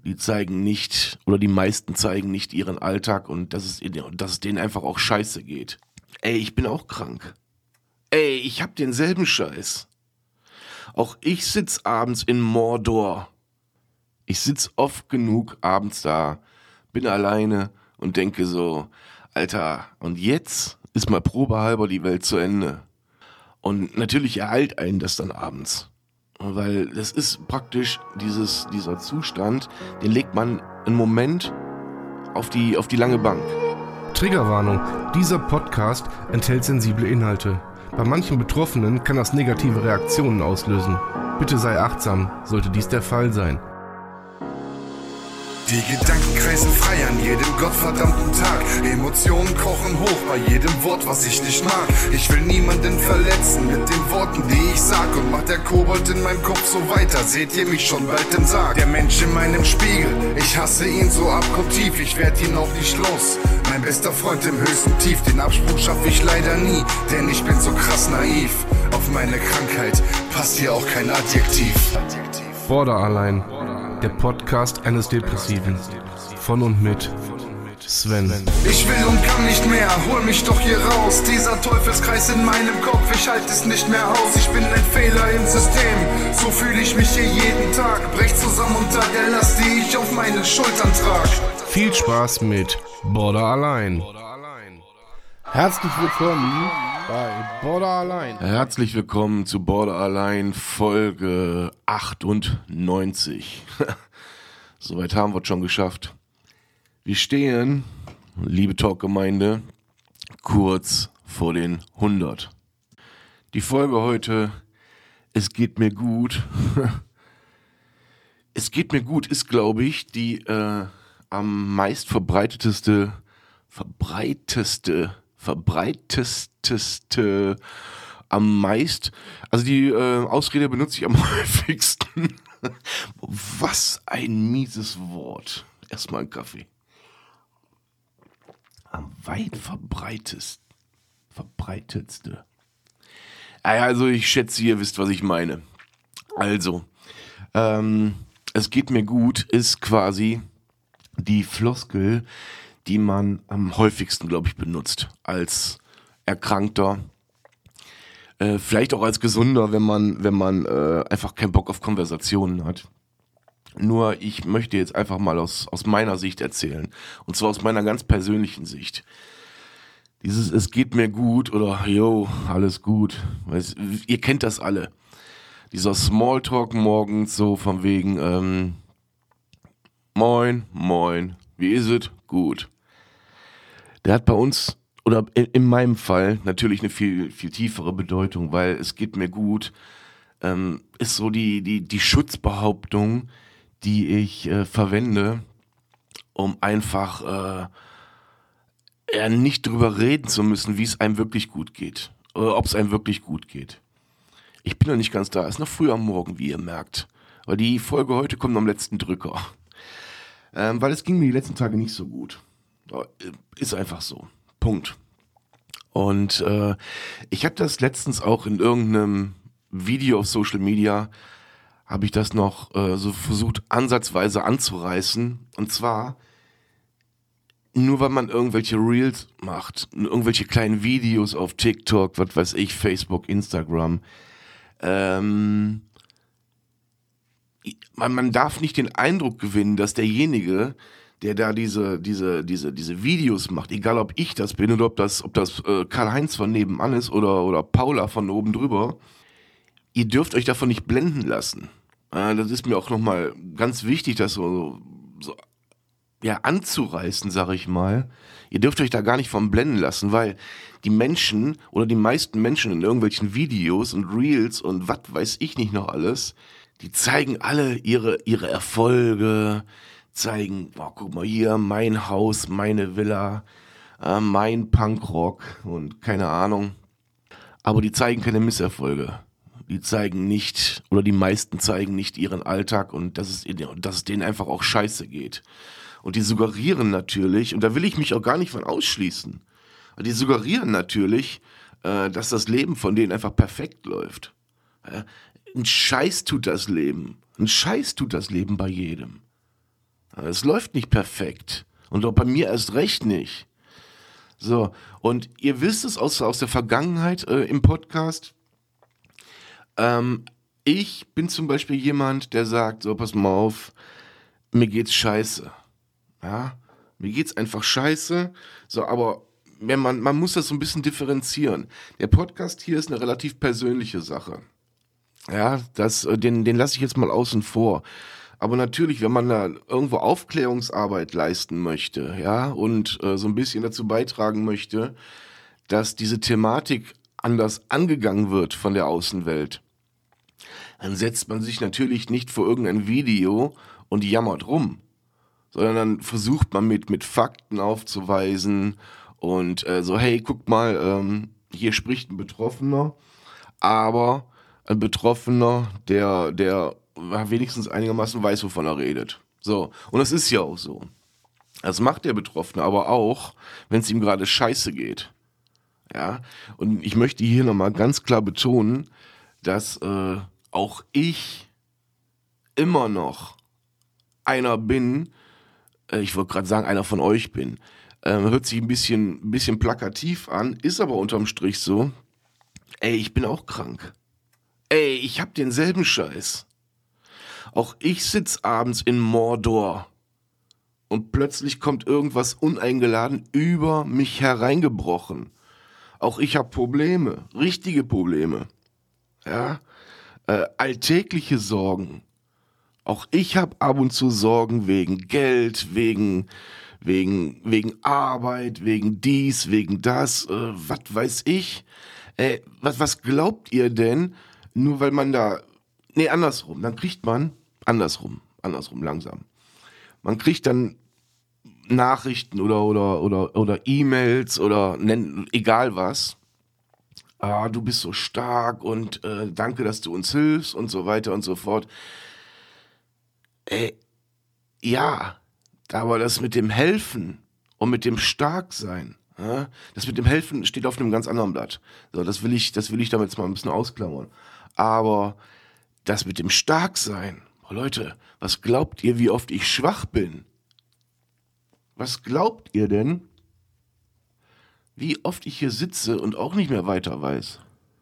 die zeigen nicht, oder die meisten zeigen nicht ihren Alltag und dass es denen einfach auch scheiße geht. Ey, ich bin auch krank. Ey, ich hab denselben Scheiß. Auch ich sitz abends in Mordor. Ich sitz oft genug abends da, bin alleine und denke so, Alter, und jetzt ist mal probehalber die Welt zu Ende. Und natürlich ereilt einen das dann abends. Weil das ist praktisch dieser Zustand, den legt man einen Moment auf die lange Bank. Triggerwarnung. Dieser Podcast enthält sensible Inhalte. Bei manchen Betroffenen kann das negative Reaktionen auslösen. Bitte sei achtsam, sollte dies der Fall sein. Die Gedanken kreisen frei an jedem gottverdammten Tag. Emotionen kochen hoch bei jedem Wort, was ich nicht mag. Ich will niemanden verletzen mit den Worten, die ich sag. Und macht der Kobold in meinem Kopf so weiter, seht ihr mich schon bald im Sarg. Der Mensch in meinem Spiegel, ich hasse ihn so abgrundtief. Ich werd ihn auch nicht los, mein bester Freund im höchsten Tief. Den Absprung schaff ich leider nie, denn ich bin so krass naiv. Auf meine Krankheit passt hier auch kein Adjektiv. Borderline. Der Podcast eines Depressiven. Von und mit Sven. Ich will und kann nicht mehr, hol mich doch hier raus. Dieser Teufelskreis in meinem Kopf, ich halte es nicht mehr aus. Ich bin ein Fehler im System, so fühle ich mich hier jeden Tag. Brech zusammen unter der Last, die ich auf meinen Schultern trage. Viel Spaß mit Borderline. Herzlich willkommen bei Borderline. Herzlich willkommen zu Borderline Folge 98. Soweit haben wir es schon geschafft. Wir stehen, liebe Talk-Gemeinde, kurz vor den 100. Die Folge heute, es geht mir gut. Es geht mir gut ist, glaube ich, die am meist verbreiteteste, also die Ausrede benutze ich am häufigsten. Was ein mieses Wort. Erstmal ein Kaffee. Am weit verbreitetste. Also ich schätze, ihr wisst, was ich meine. Also, es geht mir gut ist quasi die Floskel, die man am häufigsten, glaube ich, benutzt als Erkrankter. Vielleicht auch als Gesunder, wenn man einfach keinen Bock auf Konversationen hat. Nur ich möchte jetzt einfach mal aus meiner Sicht erzählen. Und zwar aus meiner ganz persönlichen Sicht. Dieses es geht mir gut oder yo, alles gut. Ihr kennt das alle. Dieser Smalltalk morgens so von wegen moin, wie ist es? Gut. Der hat bei uns, oder in meinem Fall, natürlich eine viel, viel tiefere Bedeutung, weil es geht mir gut, ist so die Schutzbehauptung, die ich verwende, um einfach nicht drüber reden zu müssen, wie es einem wirklich gut geht, oder ob es einem wirklich gut geht. Ich bin noch nicht ganz da, ist noch früh am Morgen, wie ihr merkt, weil die Folge heute kommt am letzten Drücker, weil es ging mir die letzten Tage nicht so gut. Ist einfach so. Punkt. Und ich habe das letztens auch in irgendeinem Video auf Social Media, habe ich das noch so versucht ansatzweise anzureißen. Und zwar, nur weil man irgendwelche Reels macht, irgendwelche kleinen Videos auf TikTok, was weiß ich, Facebook, Instagram, man darf nicht den Eindruck gewinnen, dass derjenige, der da diese Videos macht, egal ob ich das bin oder ob das Karl-Heinz von nebenan ist oder Paula von oben drüber, ihr dürft euch davon nicht blenden lassen. Das ist mir auch nochmal ganz wichtig, das so anzureißen, sag ich mal. Ihr dürft euch da gar nicht von blenden lassen, weil die Menschen oder die meisten Menschen in irgendwelchen Videos und Reels und was weiß ich nicht noch alles, die zeigen alle ihre Erfolge, zeigen, guck mal hier, mein Haus, meine Villa, mein Punkrock und keine Ahnung. Aber die zeigen keine Misserfolge. Die zeigen nicht, oder die meisten zeigen nicht ihren Alltag und dass es denen einfach auch scheiße geht. Und die suggerieren natürlich, und da will ich mich auch gar nicht von ausschließen, die suggerieren natürlich, dass das Leben von denen einfach perfekt läuft. Ein Scheiß tut das Leben bei jedem. Es läuft nicht perfekt. Und auch bei mir erst recht nicht. So, und ihr wisst es aus der Vergangenheit im Podcast. Ich bin zum Beispiel jemand, der sagt, so, pass mal auf, mir geht's scheiße. Ja, mir geht's einfach scheiße. So, aber wenn man muss das so ein bisschen differenzieren. Der Podcast hier ist eine relativ persönliche Sache. Ja, den lasse ich jetzt mal außen vor. Aber natürlich, wenn man da irgendwo Aufklärungsarbeit leisten möchte, ja, und so ein bisschen dazu beitragen möchte, dass diese Thematik anders angegangen wird von der Außenwelt, dann setzt man sich natürlich nicht vor irgendein Video und jammert rum, sondern dann versucht man mit Fakten aufzuweisen und so, hey, guck mal, hier spricht ein Betroffener, aber ein Betroffener, der wenigstens einigermaßen weiß, wovon er redet. So, und das ist ja auch so. Das macht der Betroffene aber auch, wenn es ihm gerade scheiße geht. Ja, und ich möchte hier nochmal ganz klar betonen, dass auch ich immer noch einer bin, ich wollte gerade sagen, einer von euch bin. Hört sich ein bisschen plakativ an, ist aber unterm Strich so. Ey, ich bin auch krank. Ey, ich hab denselben Scheiß. Auch ich sitz abends in Mordor und plötzlich kommt irgendwas uneingeladen über mich hereingebrochen. Auch ich hab Probleme, richtige Probleme. Ja, alltägliche Sorgen. Auch ich hab ab und zu Sorgen wegen Geld, wegen Arbeit, wegen dies, wegen das, was weiß ich. Was glaubt ihr denn, nur weil man da, nee, andersrum, dann kriegt man, andersrum, langsam. Man kriegt dann Nachrichten oder E-Mails oder egal was. Ah, du bist so stark und danke, dass du uns hilfst und so weiter und so fort. Ja, aber das mit dem Helfen und mit dem Starksein, ja, das mit dem Helfen steht auf einem ganz anderen Blatt. So, das will ich damit jetzt mal ein bisschen ausklammern. Aber das mit dem Starksein, Leute, was glaubt ihr, wie oft ich schwach bin? Was glaubt ihr denn, wie oft ich hier sitze und auch nicht mehr weiter weiß?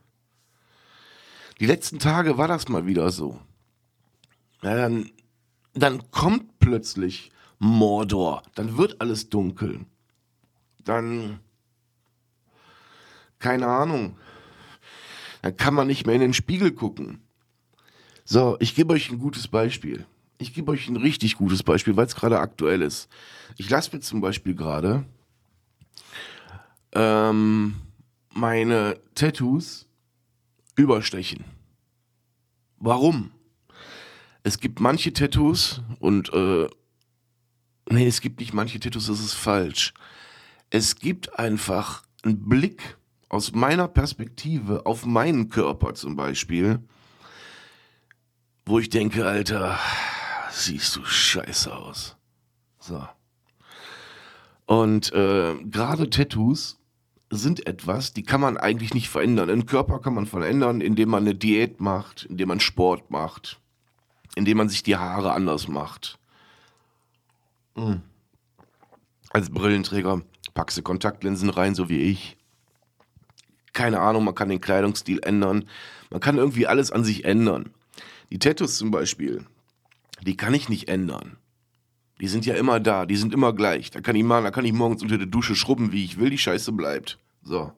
Die letzten Tage war das mal wieder so. Ja, dann kommt plötzlich Mordor, dann wird alles dunkel. Dann, keine Ahnung, dann kann man nicht mehr in den Spiegel gucken. So, ich gebe euch ein gutes Beispiel. Ich gebe euch ein richtig gutes Beispiel, weil es gerade aktuell ist. Ich lasse mir zum Beispiel gerade meine Tattoos überstechen. Warum? Es gibt manche Tattoos und nee, es gibt nicht manche Tattoos, das ist falsch. Es gibt einfach einen Blick aus meiner Perspektive auf meinen Körper zum Beispiel, wo ich denke, Alter, siehst du scheiße aus. So. Und gerade Tattoos sind etwas, die kann man eigentlich nicht verändern. Den Körper kann man verändern, indem man eine Diät macht, indem man Sport macht, indem man sich die Haare anders macht. Als Brillenträger packst du Kontaktlinsen rein, so wie ich. Keine Ahnung, man kann den Kleidungsstil ändern. Man kann irgendwie alles an sich ändern. Die Tattoos zum Beispiel, die kann ich nicht ändern. Die sind ja immer da, die sind immer gleich. Da kann ich morgens unter der Dusche schrubben, wie ich will, die Scheiße bleibt. So.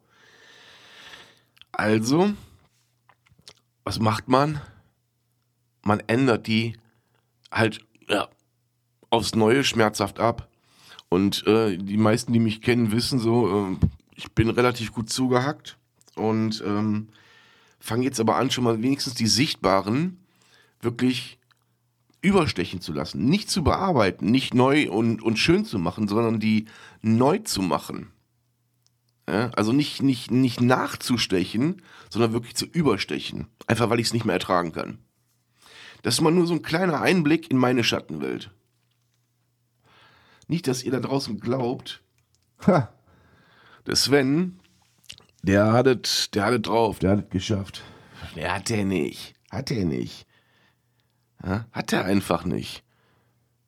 Also, was macht man? Man ändert die halt, ja, aufs Neue schmerzhaft ab. Und die meisten, die mich kennen, wissen so, ich bin relativ gut zugehackt und fange jetzt aber an, schon mal wenigstens die sichtbaren wirklich überstechen zu lassen. Nicht zu bearbeiten, nicht neu und schön zu machen, sondern die neu zu machen. Ja, also nicht nachzustechen, sondern wirklich zu überstechen. Einfach, weil ich es nicht mehr ertragen kann. Das ist mal nur so ein kleiner Einblick in meine Schattenwelt. Nicht, dass ihr da draußen glaubt, der Sven, der hat es drauf, der hat es geschafft. Hat er nicht. Ja, hat er einfach nicht.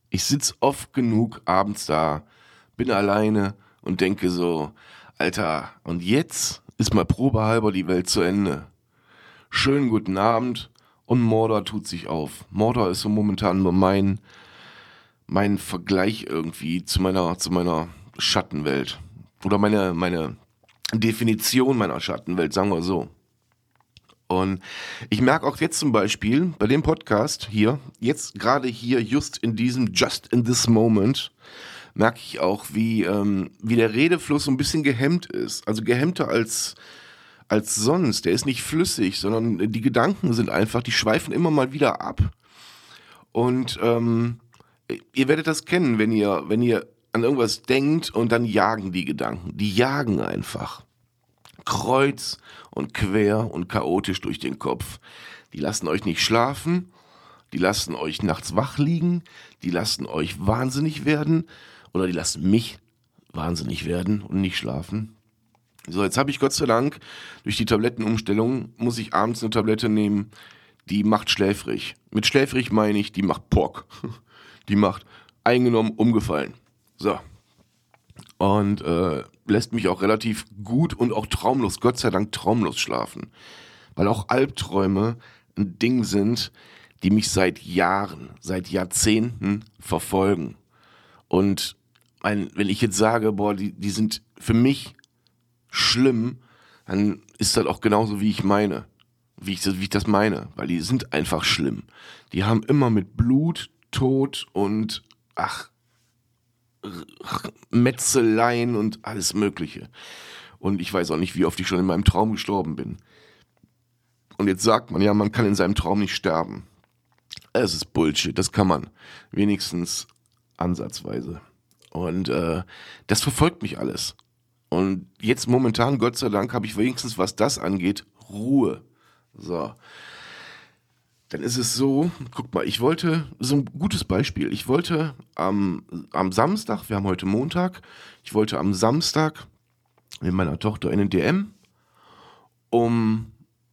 Ich sitze oft genug abends da, bin alleine und denke so, Alter, und jetzt ist mal probehalber die Welt zu Ende. Schönen guten Abend und Mordor tut sich auf. Mordor ist so momentan nur mein Vergleich irgendwie zu meiner Schattenwelt. Oder meine Definition meiner Schattenwelt, sagen wir so. Und ich merke auch jetzt zum Beispiel bei dem Podcast hier, jetzt gerade hier, just in this moment, merke ich auch, wie der Redefluss so ein bisschen gehemmt ist. Also gehemmter als sonst. Der ist nicht flüssig, sondern die Gedanken sind einfach, die schweifen immer mal wieder ab. Und ihr werdet das kennen, wenn ihr an irgendwas denkt und dann jagen die Gedanken. Die jagen einfach. Kreuz und quer und chaotisch durch den Kopf. Die lassen euch nicht schlafen, die lassen euch nachts wach liegen, die lassen euch wahnsinnig werden oder die lassen mich wahnsinnig werden und nicht schlafen. So, jetzt habe ich Gott sei Dank durch die Tablettenumstellung, muss ich abends eine Tablette nehmen, die macht schläfrig. Mit schläfrig meine ich, die macht Pock. Die macht eingenommen, umgefallen. So. Und lässt mich auch relativ gut und auch traumlos, Gott sei Dank traumlos schlafen. Weil auch Albträume ein Ding sind, die mich seit Jahren, seit Jahrzehnten verfolgen. Und wenn ich jetzt sage, boah, die sind für mich schlimm, dann ist das auch genauso, wie ich das meine. Weil die sind einfach schlimm. Die haben immer mit Blut, Tod und Metzeleien und alles Mögliche. Und ich weiß auch nicht, wie oft ich schon in meinem Traum gestorben bin. Und jetzt sagt man ja, man kann in seinem Traum nicht sterben. Es ist Bullshit, das kann man. Wenigstens ansatzweise. Und das verfolgt mich alles. Und jetzt momentan, Gott sei Dank, habe ich wenigstens, was das angeht, Ruhe. So. Dann ist es so, guck mal, so ein gutes Beispiel, ich wollte am Samstag, wir haben heute Montag, ich wollte am Samstag mit meiner Tochter in den DM, wir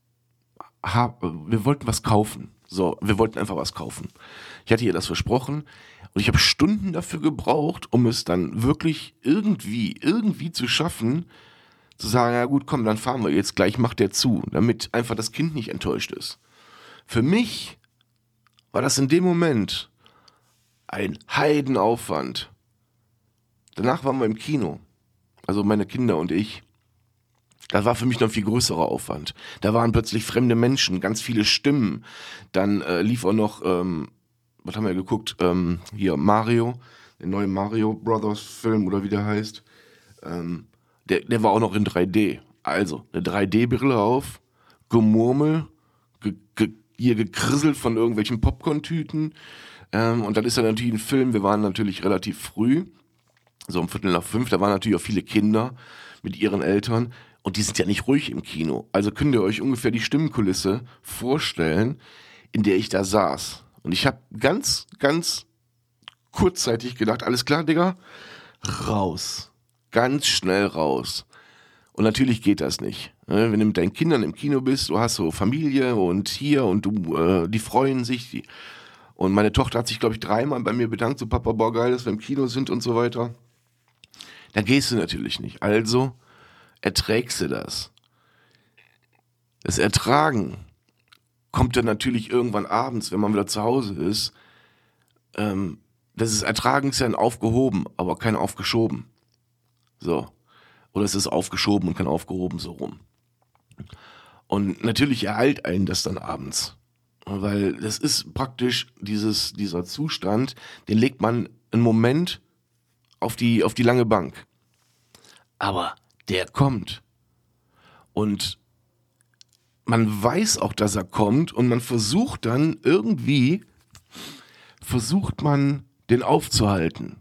wollten was kaufen. So, wir wollten einfach was kaufen. Ich hatte ihr das versprochen und ich habe Stunden dafür gebraucht, um es dann wirklich irgendwie zu schaffen, zu sagen, ja gut, komm, dann fahren wir jetzt, gleich macht der zu, damit einfach das Kind nicht enttäuscht ist. Für mich war das in dem Moment ein Heidenaufwand. Danach waren wir im Kino, also meine Kinder und ich. Das war für mich noch ein viel größerer Aufwand. Da waren plötzlich fremde Menschen, ganz viele Stimmen. Dann lief auch noch, was haben wir geguckt? Hier Mario, der neue Mario Brothers Film oder wie der heißt. Der war auch noch in 3D. Also eine 3D-Brille auf, Gemurmel, hier gekrisselt von irgendwelchen Popcorn-Tüten. Und dann ist da natürlich ein Film, wir waren natürlich relativ früh, so um 4:45, da waren natürlich auch viele Kinder mit ihren Eltern und die sind ja nicht ruhig im Kino. Also könnt ihr euch ungefähr die Stimmkulisse vorstellen, in der ich da saß. Und ich habe ganz, ganz kurzzeitig gedacht, alles klar, Digga, raus. Ganz schnell raus. Und natürlich geht das nicht. Wenn du mit deinen Kindern im Kino bist, du hast so Familie und hier und die freuen sich. Und meine Tochter hat sich, glaube ich, 3-mal bei mir bedankt, so Papa, boah, geil, dass wir im Kino sind und so weiter. Dann gehst du natürlich nicht. Also erträgst du das. Das Ertragen kommt dann natürlich irgendwann abends, wenn man wieder zu Hause ist. Das ist Ertragen ist ja ein aufgehoben, aber kein aufgeschoben. So. Oder es ist aufgeschoben und kein aufgehoben, so rum. Und natürlich ereilt einen das dann abends. Weil das ist praktisch dieser Zustand, den legt man einen Moment auf die lange Bank. Aber der kommt. Und man weiß auch, dass er kommt und man versucht dann irgendwie, den aufzuhalten.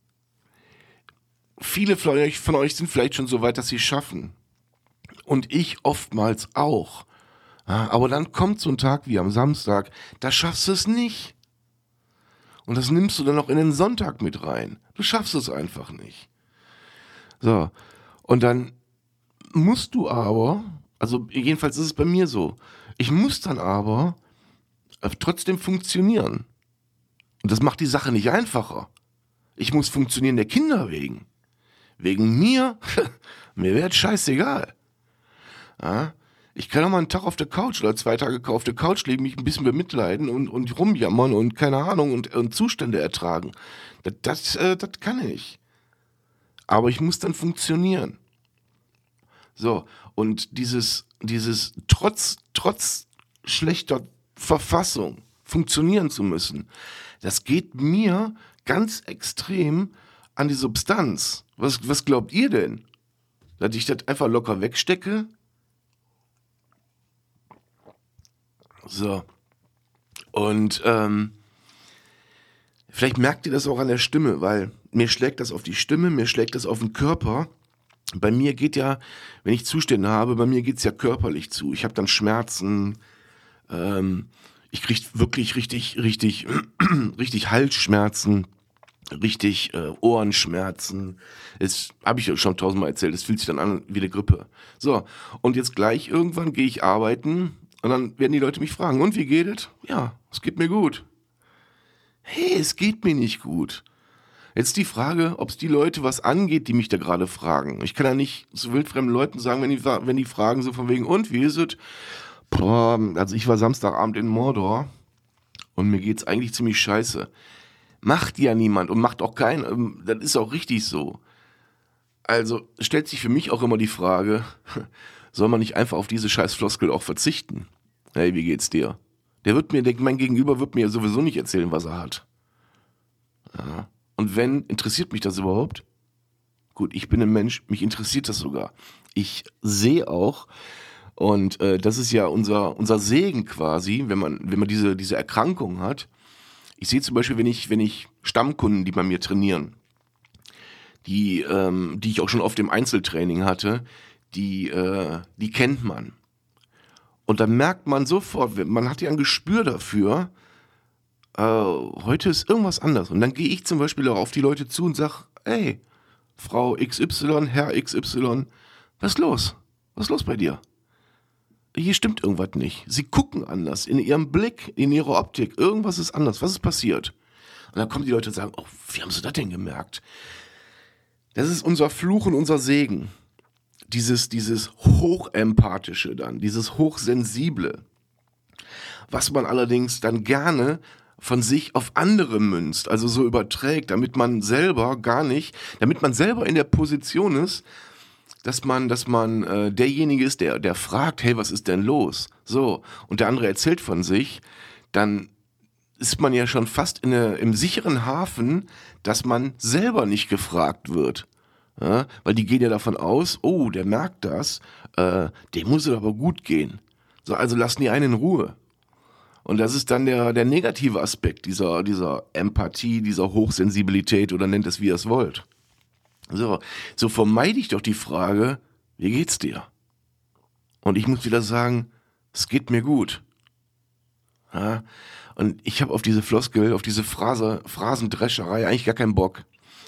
Viele von euch sind vielleicht schon so weit, dass sie es schaffen. Und ich oftmals auch. Aber dann kommt so ein Tag wie am Samstag, da schaffst du es nicht. Und das nimmst du dann noch in den Sonntag mit rein. Du schaffst es einfach nicht. So. Und dann musst du aber, also jedenfalls ist es bei mir so, ich muss dann aber trotzdem funktionieren. Und das macht die Sache nicht einfacher. Ich muss funktionieren der Kinder wegen. Wegen mir? Mir wäre es scheißegal. Ja? Ich kann auch mal einen Tag auf der Couch oder 2 Tage auf der Couch liegen, mich ein bisschen bemitleiden und rumjammern und keine Ahnung und Zustände ertragen. Das kann ich. Aber ich muss dann funktionieren. So, und dieses trotz schlechter Verfassung funktionieren zu müssen, das geht mir ganz extrem an die Substanz. Was glaubt ihr denn? Dass ich das einfach locker wegstecke? So. Und vielleicht merkt ihr das auch an der Stimme, weil mir schlägt das auf die Stimme, mir schlägt das auf den Körper. Bei mir geht ja, wenn ich Zustände habe, bei mir geht es ja körperlich zu. Ich habe dann Schmerzen, ich kriege wirklich richtig Halsschmerzen, richtig Ohrenschmerzen. Das habe ich ja schon 1000-mal erzählt, es fühlt sich dann an wie eine Grippe. So, und jetzt gleich irgendwann gehe ich arbeiten und dann werden die Leute mich fragen, und wie geht es? Ja, es geht mir gut. Hey, es geht mir nicht gut. Jetzt die Frage, ob es die Leute was angeht, die mich da gerade fragen. Ich kann ja nicht so wildfremden Leuten sagen, wenn die fragen so von wegen, und wie ist es? Also ich war Samstagabend in Mordor und mir geht's eigentlich ziemlich scheiße. Macht ja niemand und macht auch keinen, das ist auch richtig so. Also stellt sich für mich auch immer die Frage, soll man nicht einfach auf diese scheiß Floskel auch verzichten? Hey, wie geht's dir? Mein Gegenüber wird mir ja sowieso nicht erzählen, was er hat. Ja. Und wenn, interessiert mich das überhaupt? Gut, ich bin ein Mensch, mich interessiert das sogar. Ich sehe auch, und das ist ja unser Segen quasi, wenn man diese Erkrankung hat. Ich sehe zum Beispiel, wenn ich Stammkunden, die bei mir trainieren, die ich auch schon oft im Einzeltraining hatte, die kennt man. Und dann merkt man sofort, man hat ja ein Gespür dafür, heute ist irgendwas anders. Und dann gehe ich zum Beispiel auch auf die Leute zu und sage, ey, Frau XY, Herr XY, was ist los? Was ist los bei dir? Hier stimmt irgendwas nicht. Sie gucken anders, in ihrem Blick, in ihrer Optik, irgendwas ist anders. Was ist passiert? Und dann kommen die Leute und sagen, oh, wie haben sie das denn gemerkt? Das ist unser Fluch und unser Segen. Dieses Hochempathische dann, dieses Hochsensible, was man allerdings dann gerne von sich auf andere münzt, also so überträgt, damit man selber in der Position ist, dass man derjenige ist, der fragt, hey, was ist denn los? So, und der andere erzählt von sich, dann ist man ja schon fast im sicheren Hafen, dass man selber nicht gefragt wird. Ja, weil die gehen ja davon aus, oh, der merkt das, dem muss es aber gut gehen. So, also lassen die einen in Ruhe. Und das ist dann der negative Aspekt dieser Empathie, dieser Hochsensibilität oder nennt es, wie ihr es wollt. So vermeide ich doch die Frage, wie geht's dir? Und ich muss wieder sagen, es geht mir gut. Ja, und ich habe auf diese Floskel, auf diese Phrasendrescherei eigentlich gar keinen Bock.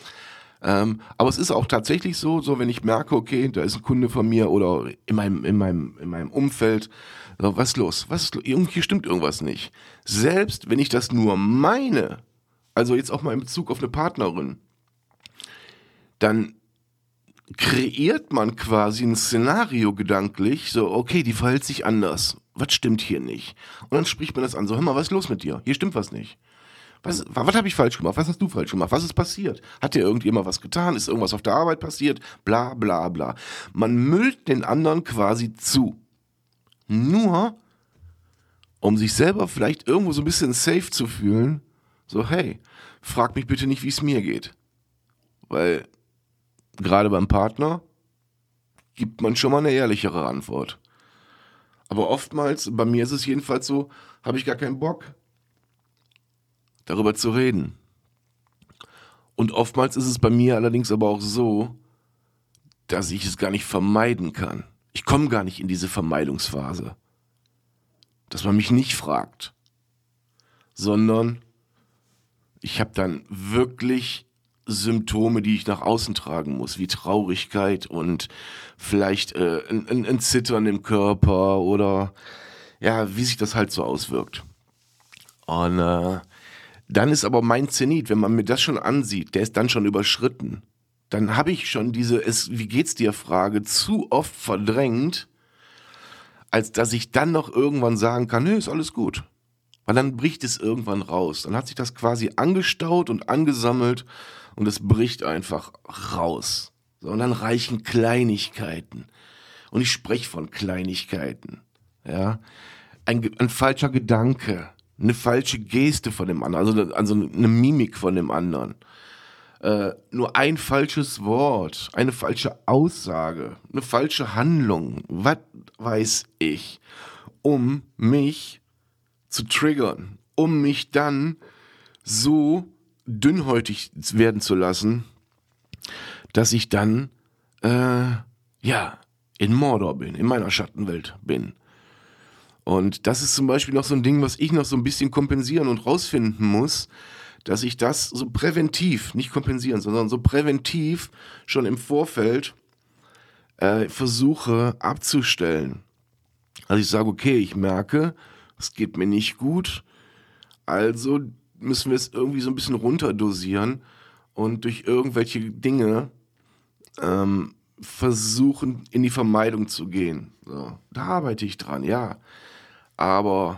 Aber es ist auch tatsächlich so, wenn ich merke, okay, da ist ein Kunde von mir oder in meinem Umfeld, so, was ist los? Hier stimmt irgendwas nicht. Selbst wenn ich das nur meine, also jetzt auch mal in Bezug auf eine Partnerin, dann kreiert man quasi ein Szenario gedanklich, so, okay, die verhält sich anders. Was stimmt hier nicht? Und dann spricht man das an, so, hör mal, was ist los mit dir? Hier stimmt was nicht. Was habe ich falsch gemacht? Was hast du falsch gemacht? Was ist passiert? Hat dir irgendjemand was getan? Ist irgendwas auf der Arbeit passiert? Bla, bla, bla. Man müllt den anderen quasi zu. Nur, um sich selber vielleicht irgendwo so ein bisschen safe zu fühlen, so, hey, frag mich bitte nicht, wie es mir geht. Weil gerade beim Partner gibt man schon mal eine ehrlichere Antwort. Aber oftmals, bei mir ist es jedenfalls so, habe ich gar keinen Bock, darüber zu reden. Und oftmals ist es bei mir allerdings aber auch so, dass ich es gar nicht vermeiden kann. Ich komme gar nicht in diese Vermeidungsphase. Dass man mich nicht fragt. Sondern ich habe dann wirklich Symptome, die ich nach außen tragen muss, wie Traurigkeit und vielleicht ein Zittern im Körper oder ja, wie sich das halt so auswirkt. Und dann ist aber mein Zenit, wenn man mir das schon ansieht, der ist dann schon überschritten. Dann habe ich schon diese wie geht's dir Frage zu oft verdrängt, als dass ich dann noch irgendwann sagen kann, nee, ist alles gut. Weil dann bricht es irgendwann raus. Dann hat sich das quasi angestaut und angesammelt und es bricht einfach raus. So, und dann reichen Kleinigkeiten. Und ich spreche von Kleinigkeiten. Ja? Ein falscher Gedanke, eine falsche Geste von dem anderen, also eine Mimik von dem anderen. Nur ein falsches Wort, eine falsche Aussage, eine falsche Handlung, was weiß ich, um mich zu triggern, um mich dann so dünnhäutig werden zu lassen, dass ich dann, in Mordor bin, in meiner Schattenwelt bin. Und das ist zum Beispiel noch so ein Ding, was ich noch so ein bisschen kompensieren und rausfinden muss, dass ich das so präventiv, nicht kompensieren, sondern so präventiv schon im Vorfeld versuche abzustellen. Also ich sage, okay, ich merke, es geht mir nicht gut, also müssen wir es irgendwie so ein bisschen runterdosieren und durch irgendwelche Dinge versuchen, in die Vermeidung zu gehen. So, da arbeite ich dran, ja. Aber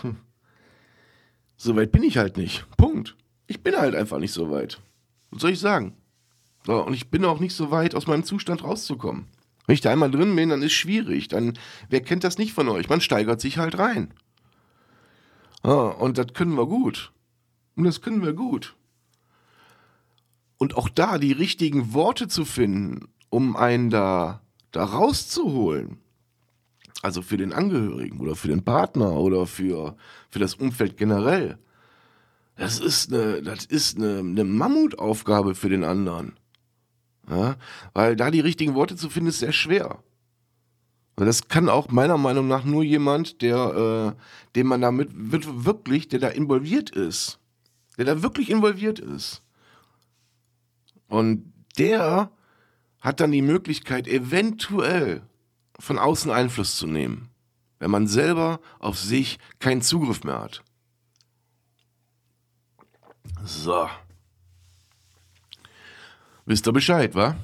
so weit bin ich halt nicht. Punkt. Ich bin halt einfach nicht so weit. Was soll ich sagen? So, und ich bin auch nicht so weit, aus meinem Zustand rauszukommen. Wenn ich da einmal drin bin, dann ist es schwierig. Wer kennt das nicht von euch? Man steigert sich halt rein. Und das können wir gut. Und auch da die richtigen Worte zu finden, um einen da rauszuholen. Also für den Angehörigen oder für den Partner oder für das Umfeld generell. Das ist eine Mammutaufgabe für den anderen. Ja? Weil da die richtigen Worte zu finden, ist sehr schwer. Und das kann auch meiner Meinung nach nur jemand, der da involviert ist. Der da wirklich involviert ist. Und der hat dann die Möglichkeit, eventuell von außen Einfluss zu nehmen, wenn man selber auf sich keinen Zugriff mehr hat. So. Wisst ihr Bescheid, wa?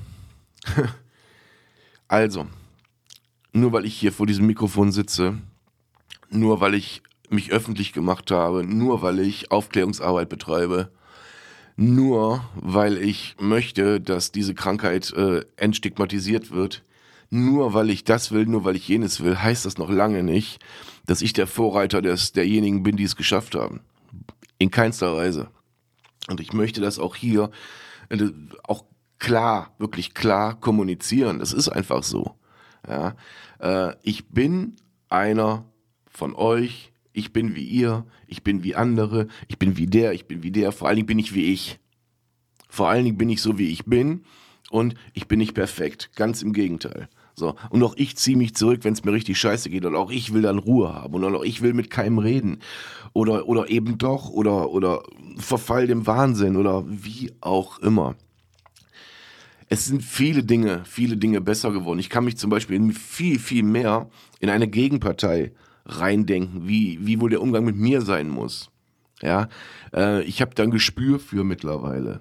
Also, nur weil ich hier vor diesem Mikrofon sitze, nur weil ich mich öffentlich gemacht habe, nur weil ich Aufklärungsarbeit betreibe, nur weil ich möchte, dass diese Krankheit entstigmatisiert wird, nur weil ich das will, nur weil ich jenes will, heißt das noch lange nicht, dass ich der Vorreiter derjenigen bin, die es geschafft haben. In keinster Weise. Und ich möchte das auch hier auch klar, wirklich klar kommunizieren. Das ist einfach so. Ja? Ich bin einer von euch, ich bin wie ihr, ich bin wie andere, ich bin wie der, vor allen Dingen bin ich wie ich. Vor allen Dingen bin ich so, wie ich bin und ich bin nicht perfekt, ganz im Gegenteil. So. Und auch ich ziehe mich zurück, wenn es mir richtig scheiße geht und auch ich will dann Ruhe haben und auch ich will mit keinem reden oder eben doch oder verfall dem Wahnsinn oder wie auch immer. Es sind viele Dinge besser geworden. Ich kann mich zum Beispiel viel, viel mehr in eine Gegenpartei reindenken, wie wohl der Umgang mit mir sein muss. Ja, ich habe da ein Gespür für mittlerweile.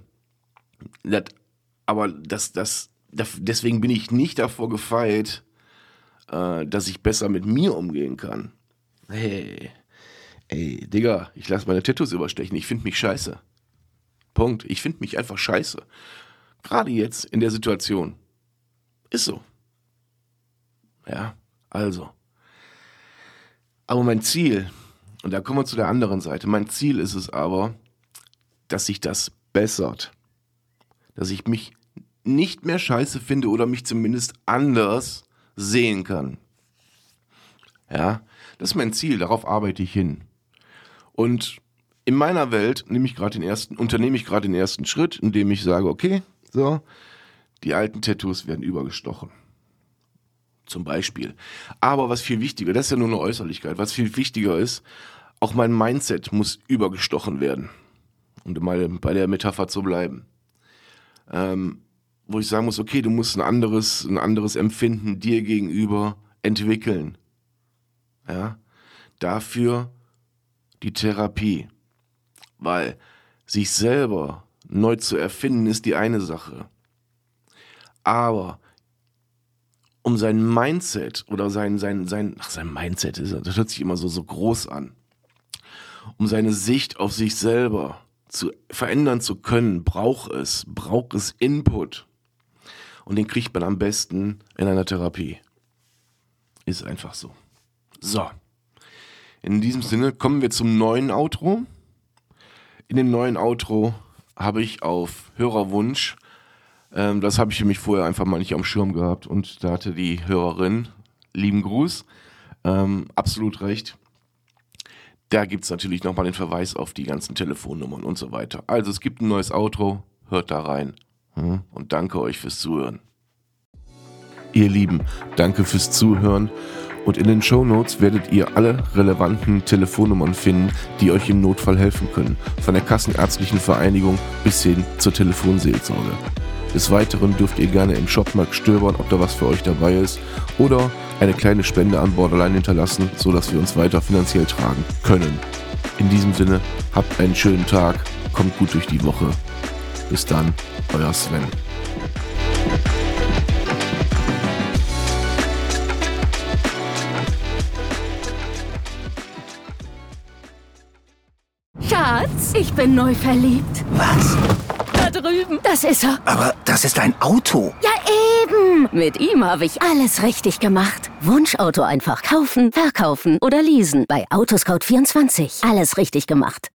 Deswegen bin ich nicht davor gefeit, dass ich besser mit mir umgehen kann. Hey, Digga, ich lasse meine Tattoos überstechen. Ich finde mich scheiße. Punkt. Ich finde mich einfach scheiße. Gerade jetzt in der Situation. Ist so. Ja, also. Aber mein Ziel, und da kommen wir zu der anderen Seite, mein Ziel ist es aber, dass sich das bessert. Dass ich mich nicht mehr scheiße finde oder mich zumindest anders sehen kann. Ja, das ist mein Ziel, darauf arbeite ich hin. Und in meiner Welt unternehme ich gerade den ersten Schritt, indem ich sage, okay, so, die alten Tattoos werden übergestochen. Zum Beispiel. Aber was viel wichtiger, das ist ja nur eine Äußerlichkeit, was viel wichtiger ist, auch mein Mindset muss übergestochen werden. Um mal bei der Metapher zu bleiben. Wo ich sagen muss, okay, du musst ein anderes Empfinden dir gegenüber entwickeln. Ja? Dafür die Therapie. Weil sich selber neu zu erfinden, ist die eine Sache. Aber um sein Mindset oder sein Mindset, das hört sich immer so groß an. Um seine Sicht auf sich selber zu verändern zu können, braucht es Input. Und den kriegt man am besten in einer Therapie. Ist einfach so. So. In diesem Sinne kommen wir zum neuen Outro. In dem neuen Outro habe ich auf Hörerwunsch, das habe ich nämlich vorher einfach mal nicht am Schirm gehabt, und da hatte die Hörerin, lieben Gruß, absolut recht. Da gibt es natürlich nochmal den Verweis auf die ganzen Telefonnummern und so weiter. Also es gibt ein neues Outro, hört da rein. Und danke euch fürs Zuhören. Ihr Lieben, danke fürs Zuhören. Und in den Shownotes werdet ihr alle relevanten Telefonnummern finden, die euch im Notfall helfen können. Von der Kassenärztlichen Vereinigung bis hin zur Telefonseelsorge. Des Weiteren dürft ihr gerne im Shop mal stöbern, ob da was für euch dabei ist. Oder eine kleine Spende an Borderline hinterlassen, sodass wir uns weiter finanziell tragen können. In diesem Sinne, habt einen schönen Tag, kommt gut durch die Woche. Bis dann, euer Sven. Schatz, ich bin neu verliebt. Was? Da drüben. Das ist er. Aber das ist ein Auto. Ja, eben. Mit ihm habe ich alles richtig gemacht. Wunschauto einfach kaufen, verkaufen oder leasen. Bei Autoscout24. Alles richtig gemacht.